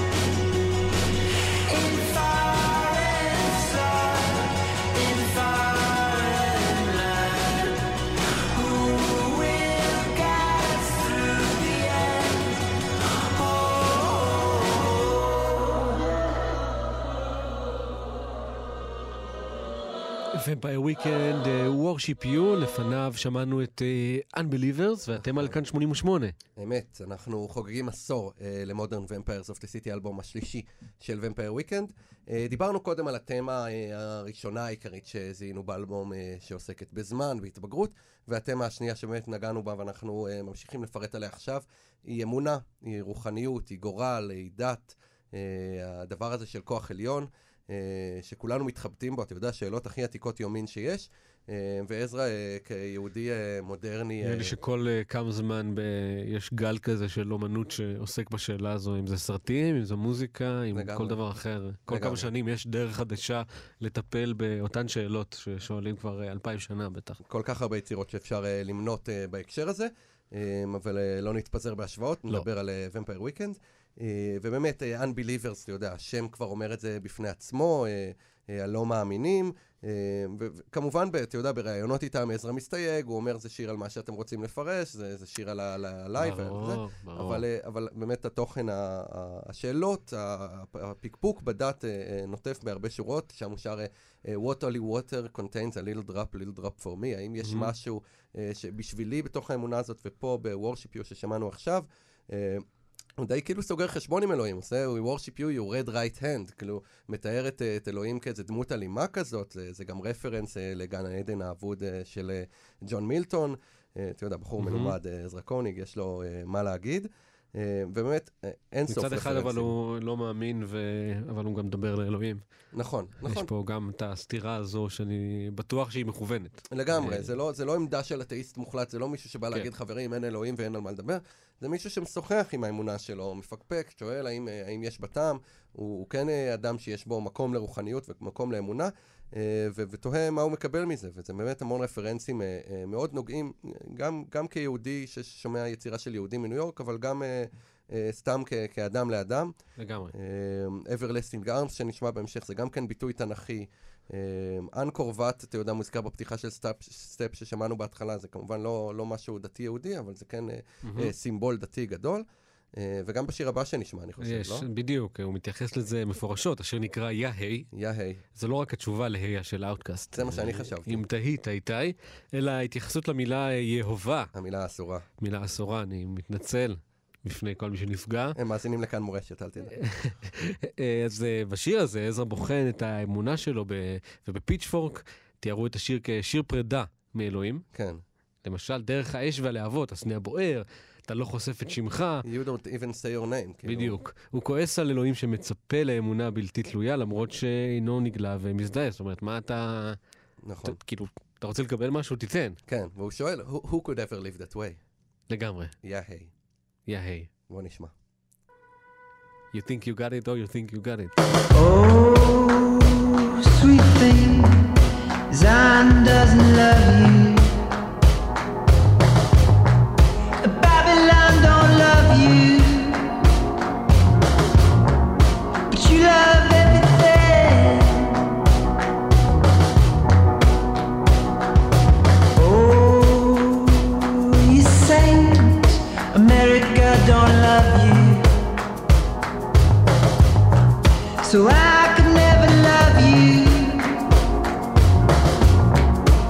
D: in foreign soil, in foreign land? Who will guide us through the end? Oh.
C: Vampire Weekend, Worship You, לפניו שמענו את Unbelievers, ואתם על כאן 88.
B: אמת, אנחנו חוגגים עשור למודרן ומפייר אוף דה סיטי, האלבום השלישי של ומפייר וויקנד. דיברנו קודם על התמה הראשונה העיקרית שזיהינו באלבום שעוסקת בזמן, בהתבגרות, והתמה השנייה שבאמת נגענו בה ואנחנו ממשיכים לפרט עליה עכשיו, היא אמונה, היא רוחניות, היא גורל, היא דת, הדבר הזה של כוח עליון, שכולנו מתחבטים בו, אתה יודע, שאלות הכי עתיקות יומין שיש, ועזרא כיהודי מודרני...
C: נראה לי שכל כמה זמן יש גל כזה של אומנות שעוסק בשאלה הזו, אם זה סרטים, אם זה מוזיקה, אם כל דבר אחר. כל כמה שנים יש דרך חדשה לטפל באותן שאלות ששואלים כבר 2000 שנה בטח.
B: כל כך הרבה יצירות שאפשר למנות בהקשר הזה, אבל לא נתפזר בהשוואות, נדבר על Vampire Weekend. ובאמת, Unbelievers, אתה יודע, השם כבר אומר את זה בפני עצמו, הלא מאמינים, וכמובן, אתה יודע, בראיונות איתם עזרא מסתייג, הוא אומר, זה שיר על מה שאתם רוצים לפרש, זה שיר על הלייב, אבל באמת התוכן, השאלות, הפיקפוק בדת נוטף בהרבה שורות, שם הוא שר, What only water contains a little drop for me, האם יש משהו שבשבילי בתוך האמונה הזאת, ופה ב-Worship You ששמענו עכשיו, הוא די כאילו סוגר חשבון עם אלוהים, עושה, we worship you, you red right hand, כאילו, מתאר את אלוהים כאיזה דמות אלימה כזאת, זה גם רפרנס לגן העדן האבוד של ג'ון מילטון, אתה יודע, בחור מלומד, עזרא קוניג, יש לו מה להגיד, ובאמת, אין סוף
C: מצד אחד אבל הוא לא מאמין, אבל הוא גם מדבר לאלוהים.
B: נכון, נכון.
C: יש פה גם את הסתירה הזו שאני בטוח שהיא מכוונת.
B: לגמרי, זה לא עמדה של אתאיסט מוחלט, זה לא מישהו שבא להגיד חברים, אין אלוהים ואין על מה לדבר, זה מישהו שמשוחח עם האמונה שלו, מפקפק, שואל האם יש בטעם, הוא כן אדם שיש בו מקום לרוחניות ומקום לאמונה, ותוהה מה הוא מקבל מזה, וזה באמת המון רפרנסים מאוד נוגעים, גם כיהודי ששומע יצירה של יהודים מניו יורק, אבל גם סתם כאדם לאדם.
C: לגמרי.
B: Everlasting Arms שנשמע בהמשך, זה גם כן ביטוי תנכי. אנקור וואט, אתה יודע, מוזכר בפתיחה של סטפ ששמענו בהתחלה, זה כמובן לא משהו דתי יהודי, אבל זה כן סימבול דתי גדול. וגם בשיר הבא שנשמע, אני חושב, לא?
C: בדיוק, הוא מתייחס לזה מפורשות, אשר נקרא יהי.
B: יהי.
C: זה לא רק התשובה להיה של אאוטקאסט.
B: זה מה שאני חשבתי.
C: אם תהית, איתי, אלא התייחסות למילה יהובה.
B: המילה האסורה.
C: מילה אסורה, אני מתנצל בפני כל מי שנפגע.
B: הם מאזינים לכאן מורשת, אל תדע.
C: אז בשיר הזה, עזרא בוחן את האמונה שלו, ובפיצ'פורק תיארו את השיר כשיר פרידה מאלוהים.
B: כן.
C: למשל, דרך האש והלהבות, הסנה הבוער, אתה לא חושף את שמך.
B: You don't even say your name.
C: בדיוק. הוא כועס על אלוהים שמצפה לאמונה בלתי תלויה, למרות שאינו נגלה ומזדהה. זאת אומרת, מה אתה...
B: נכון.
C: כאילו, אתה רוצה לקבל משהו, תיתן.
B: כן, והוא שואל, who could ever live that way?
C: לגמרי.
B: יהי.
C: יהי.
B: בוא נשמע.
C: You think you got it or you think you got it.
D: Oh, sweet thing, Zion doesn't love you. Babylon don't love you. But you love everything. Oh, you saint, America don't love you. So I could never love you.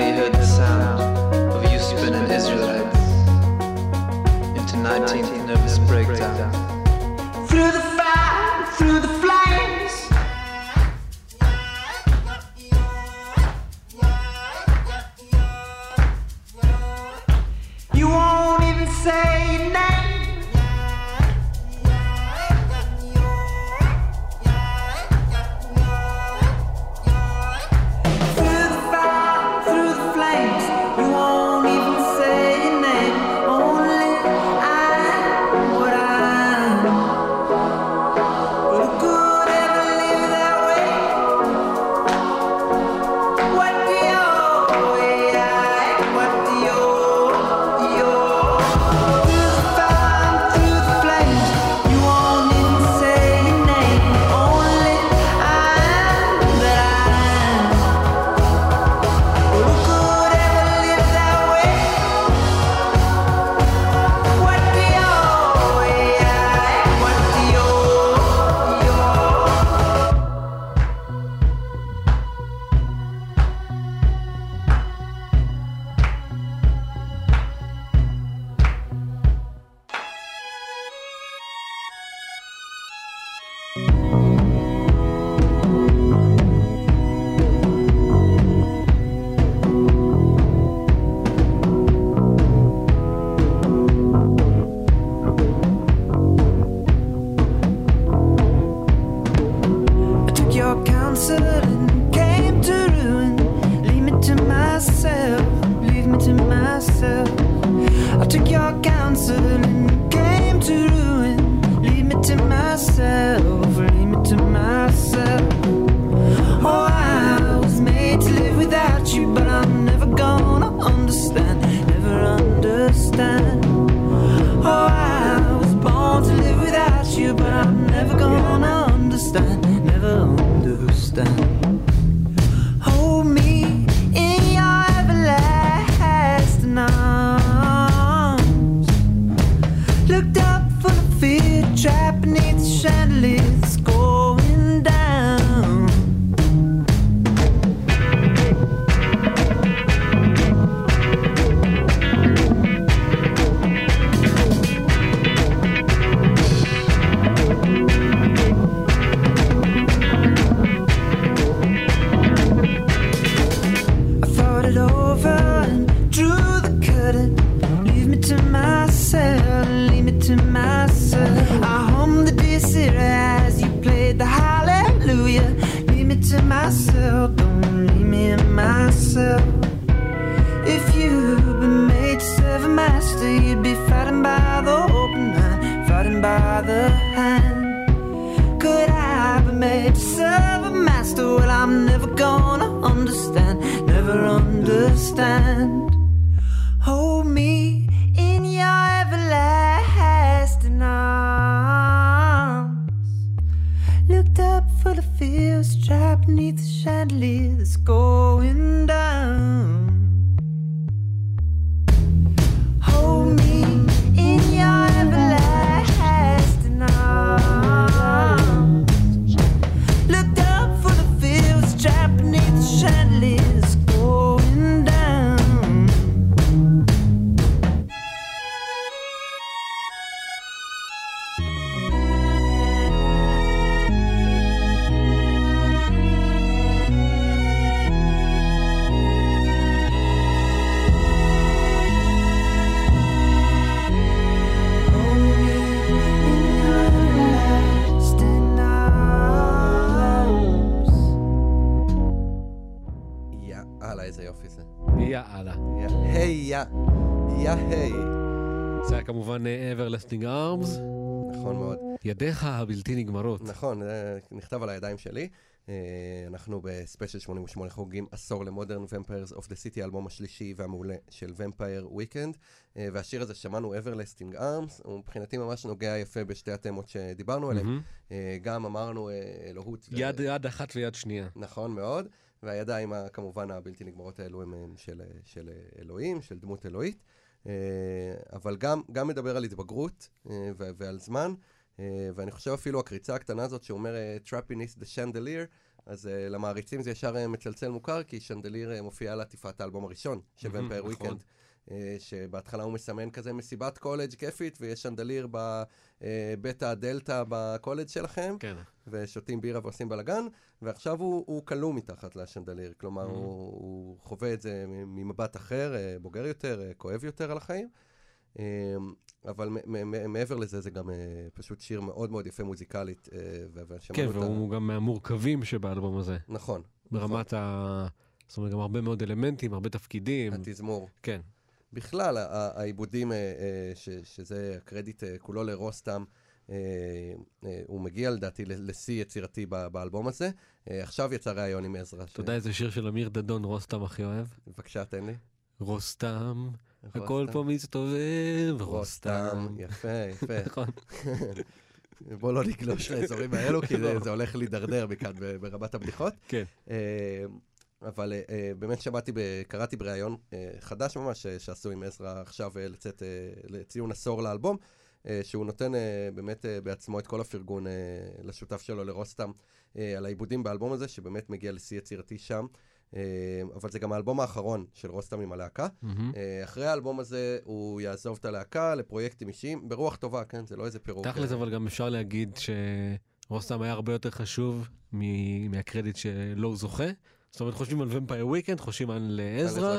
F: he heard the sound of you spinning Israelites into 19th nervous breakdown.
D: Through the fire, through the flames. You won't even say your name. Through the fire, through the flames. You won't even say your name. Only I'm what I am. But who could ever live that way? What do you way I? What do you? Through the fire, through the flames. You won't even say your name. Only I'm that I am. But who could ever live that way? What do you way I? What do you? I took your counsel and came to ruin. Leave me to myself, leave me to myself. I took your counsel and came to ruin. Leave me to myself, leave me to myself. Oh, I was made to live without you, but I'm never gonna understand, never understand. Oh, I was born to live without you, but I'm never gonna understand, never understand. Hold me in your everlasting arms. Looked up for the fear trap beneath the chandelier that's going down. I thought it over and drew the curtain. Leave me to myself, leave me to myself. I hummed the dissonance as you played the hallelujah. Leave me to myself, don't leave me in myself. If you'd been made to serve a master, you'd be fighting by the open hand, fighting by the hand. Could I be made to serve a master? Well, I'm never gonna understand, never understand. Hold me in your everlasting arms. Looked up for the fields trapped beneath the chandelier that's going down. Hold me in your everlasting arms. Looked up for the fields trapped beneath the chandelier that's going down.
B: יאללה, איזה יופי זה.
C: יאללה.
B: היי, היי.
C: זה היה כמובן Everlasting Arms.
B: נכון מאוד.
C: ידיך הבלתי נגמרות.
B: נכון, זה נכתב על הידיים שלי. אנחנו בספיישל 88 חוגגים עשור למודרן Vampires of the City, האלבום השלישי והמעולה של Vampire Weekend, והשיר הזה שמענו Everlasting Arms, הוא מבחינתי ממש נוגע יפה בשתי התמות שדיברנו עליהן. גם אמרנו אלוהות.
C: יד אחת ויד שנייה.
B: נכון מאוד, והידיים כמובן הבלתי נגמרות האלו הם של אלוהים, של דמות אלוהית, אבל גם מדבר על התבגרות ועל זמן, ואני חושב אפילו הקריצה הקטנה הזאת שאומר Trapping is the chandelier, אז למעריצים זה ישר מצלצל מוכר, כי שנדליר מופיע על עטיפת האלבום הראשון של ומפייר וויקנד. שבהתחלה הוא מסמן כזה מסיבת קולג' כיפית, ויש שנדליר בבטא דלטה בקולג' שלכם, כן. ושותים בירה ועושים בלגן, ועכשיו הוא כלום מתחת לשנדליר, כלומר הוא חווה את זה ממבט אחר, בוגר יותר, כואב יותר על החיים, אבל מעבר לזה זה גם פשוט שיר מאוד מאוד יפה מוזיקלית.
C: כן, והוא גם מהמורכבים שבאלבום הזה.
B: נכון.
C: ברמת זאת אומרת, גם הרבה מאוד אלמנטים, הרבה תפקידים.
B: התזמור.
C: כן.
B: בכלל, העיבודים, שזה הקרדיט כולו לרוסטם, הוא מגיע לדעתי לשיא יצירתי באלבום הזה. עכשיו יצא ראיון עם עזרא.
C: אתה יודע איזה שיר של אמיר דדון רוסטם הכי אוהב?
B: בבקשה, תן לי.
C: רוסטם, הכל פה מסתובב, רוסטם.
B: יפה, יפה. נכון. בוא לא נגלוש לאזורים האלו, כי זה הולך להידרדר מכאן ברמת הבדיחות. כן. אבל באמת קראתי בראיון חדש ממש שעשו עם עזרא עכשיו לצאת לציון עשור לאלבום, שהוא נותן באמת בעצמו את כל הפרגון לשותף שלו לרוסטם על העיבודים באלבום הזה, שבאמת מגיע לשיא יצירתי שם. אבל זה גם האלבום האחרון של רוסטם עם הלהקה. אחרי האלבום הזה הוא יעזוב את הלהקה לפרויקטים אישיים, ברוח טובה, כן? זה לא איזה פירוק.
C: תכל'ס, אבל גם אפשר להגיד שרוסטם היה הרבה יותר חשוב מהקרדיט שלא הוא זוכה. זאת אומרת, חושבים על ומפייר וויקנד, חושבים על עזרא,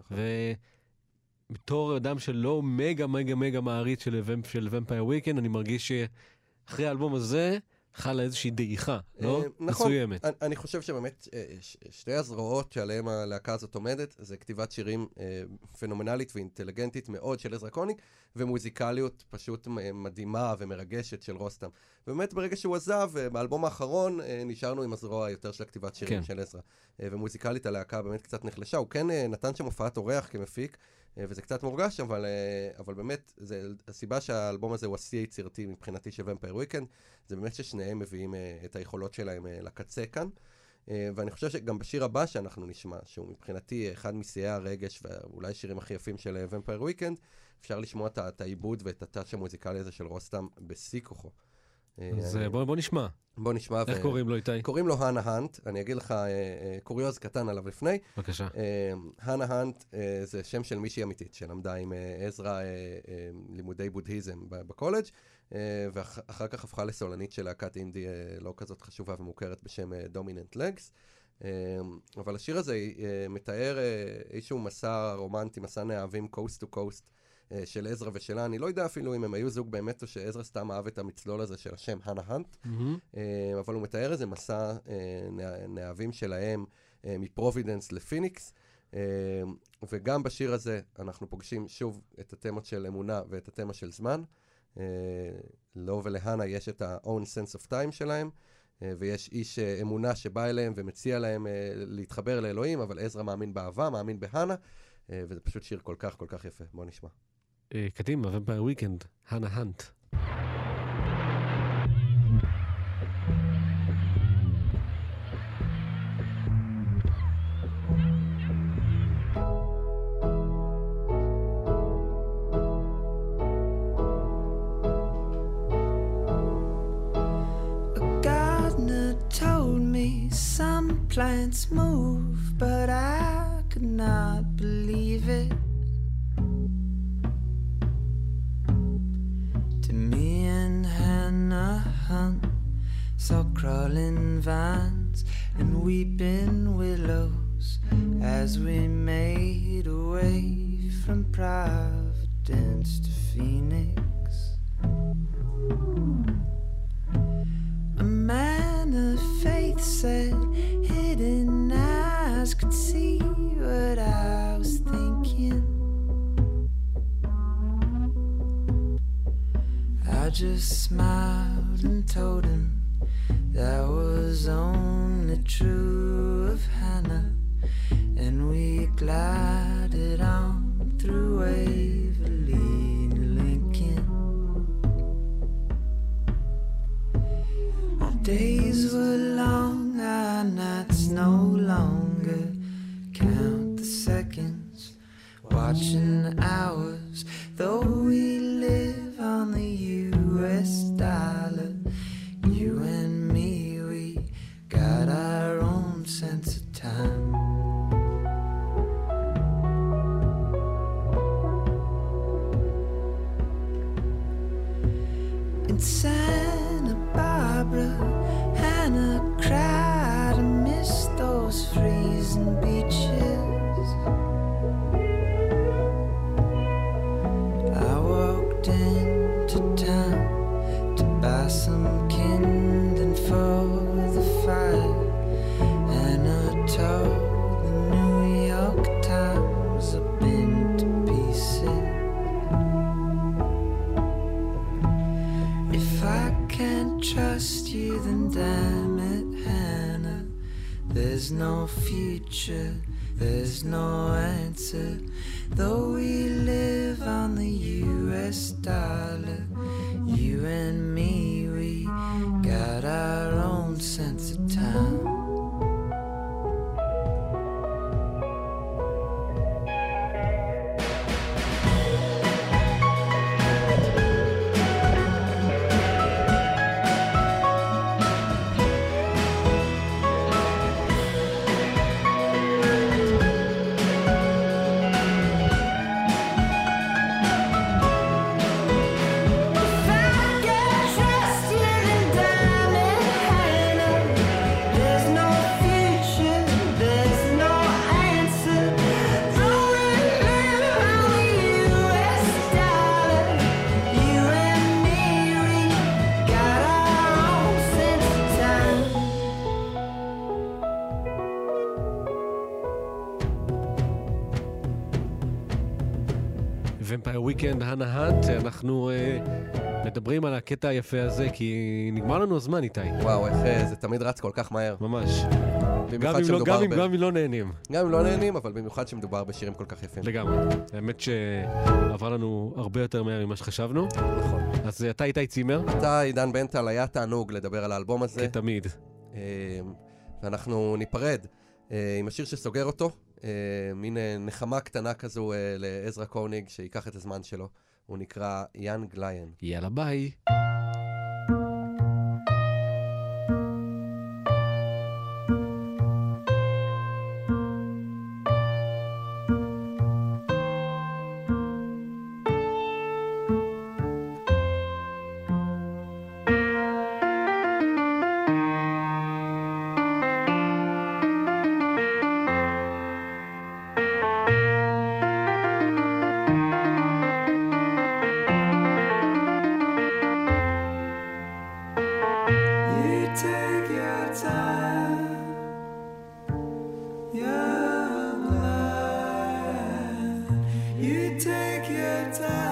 C: ובתור אדם שלא מגה מעריץ של ומפייר וויקנד, אני מרגיש שאחרי האלבום הזה חלה איזושהי דעיכה, לא?
B: נכון,
C: מסוימת.
B: אני חושב שבאמת שתי הזרועות שעליהם הלהקה הזאת עומדת, זה כתיבת שירים פנומנלית ואינטליגנטית מאוד של עזרא קוניק, ומוזיקליות פשוט מדהימה ומרגשת של רוסטם. ובאמת ברגע שהוא עזב, באלבום האחרון נשארנו עם הזרוע יותר של הכתיבת שירים של עזרא. ומוזיקלית הלהקה באמת קצת נחלשה. הוא כן נתן שם הופעת אורח כמפיק, וזה קצת מורגש, אבל באמת, הסיבה שהאלבום הזה הוא השיא היצירתי מבחינתי של ומפייר וויקנד, זה באמת ששניהם מביאים את היכולות שלהם לקצה כאן, ואני חושב שגם בשיר הבא שאנחנו נשמע, שהוא מבחינתי אחד משיאי הרגש, ואולי שירים הכי יפים של ומפייר וויקנד, אפשר לשמוע את העיבוד ואת הטאץ' המוזיקלי הזה של רוסטם בשיא כוחו.
C: אז בוא נשמע.
B: בוא נשמע.
C: איך קוראים לו איתי?
B: קוראים לו הנה האנט. אני אגיד לך קוריוז קטן עליו לפני.
C: בבקשה.
B: הנה האנט זה שם של מישהי אמיתית, שלמדה עם עזרא לימודי בודהיזם בקולג', ואחר כך הפכה לסולנית של להקת אינדי לא כזאת חשובה ומוכרת בשם דומיננט לגס. אבל השיר הזה מתאר איזשהו מסע רומנטי, מסע נאהבים קוסט טו קוסט, של עזרא ושלה. אני לא יודע אפילו אם הם היו זוג באמת, או שעזרא סתם אהב את המצלול הזה של השם הנה האנט, אבל הוא מתאר איזה מסע נאהבים שלהם מפרובידנס לפיניקס, וגם בשיר הזה אנחנו פוגשים שוב את התמות של אמונה ואת התמה של זמן. לו ולהנה יש את ה-own sense of time שלהם, ויש איש אמונה שבא אליהם ומציע להם להתחבר לאלוהים, אבל עזרא מאמין באהבה, מאמין בהנה, וזה פשוט שיר כל כך כל כך יפה. בוא נשמע.
C: קדימה, ומפייר וויקנד, הנה האנט.
D: Some plants move, but I could not believe it. To me and Hannah Hunt saw crawling vines and weeping willows as we made our way from Providence to Phoenix. A man of faith said hidden eyes could see what I was thinking. I just smiled and told him that was only true of Hannah, and we glided on through Waverly and Lincoln. Our days were long, our nights no longer. Count the seconds, watching the hours, though we live on the US dollar. You and me, we got our In Santa Barbara, Hannah cried and missed those freezing beaches. I walked into town to buy some kindling for the fire, and I told the New York Times I've been to pieces. If I can't trust you, then damn it, Hannah, there's no future, there's no answer. Though we live on the US dollar, you and me, we got our own sense of time.
C: ומפייר וויקנד, הנה האנט, אנחנו מדברים על הקטע היפה הזה, כי נגמר לנו הזמן, איתי.
B: וואו, איך זה תמיד רץ כל כך מהר.
C: ממש.
B: במיוחד
C: גם אם לא נהנים.
B: גם אם לא נהנים, אבל במיוחד שמדובר בשירים כל כך יפים.
C: לגמרי. האמת שעבר לנו הרבה יותר מהר ממה שחשבנו.
B: נכון.
C: אז אתה איתי צימר.
B: אתה, עידן בנטל, היה תענוג לדבר על האלבום הזה.
C: כתמיד.
B: ואנחנו ניפרד עם השיר שסוגר אותו. מין נחמה קטנה כזו לעזרא קוניג, שיקח את הזמן שלו. הוא נקרא יאנג ליין.
C: יאללה ביי.
D: You take your time.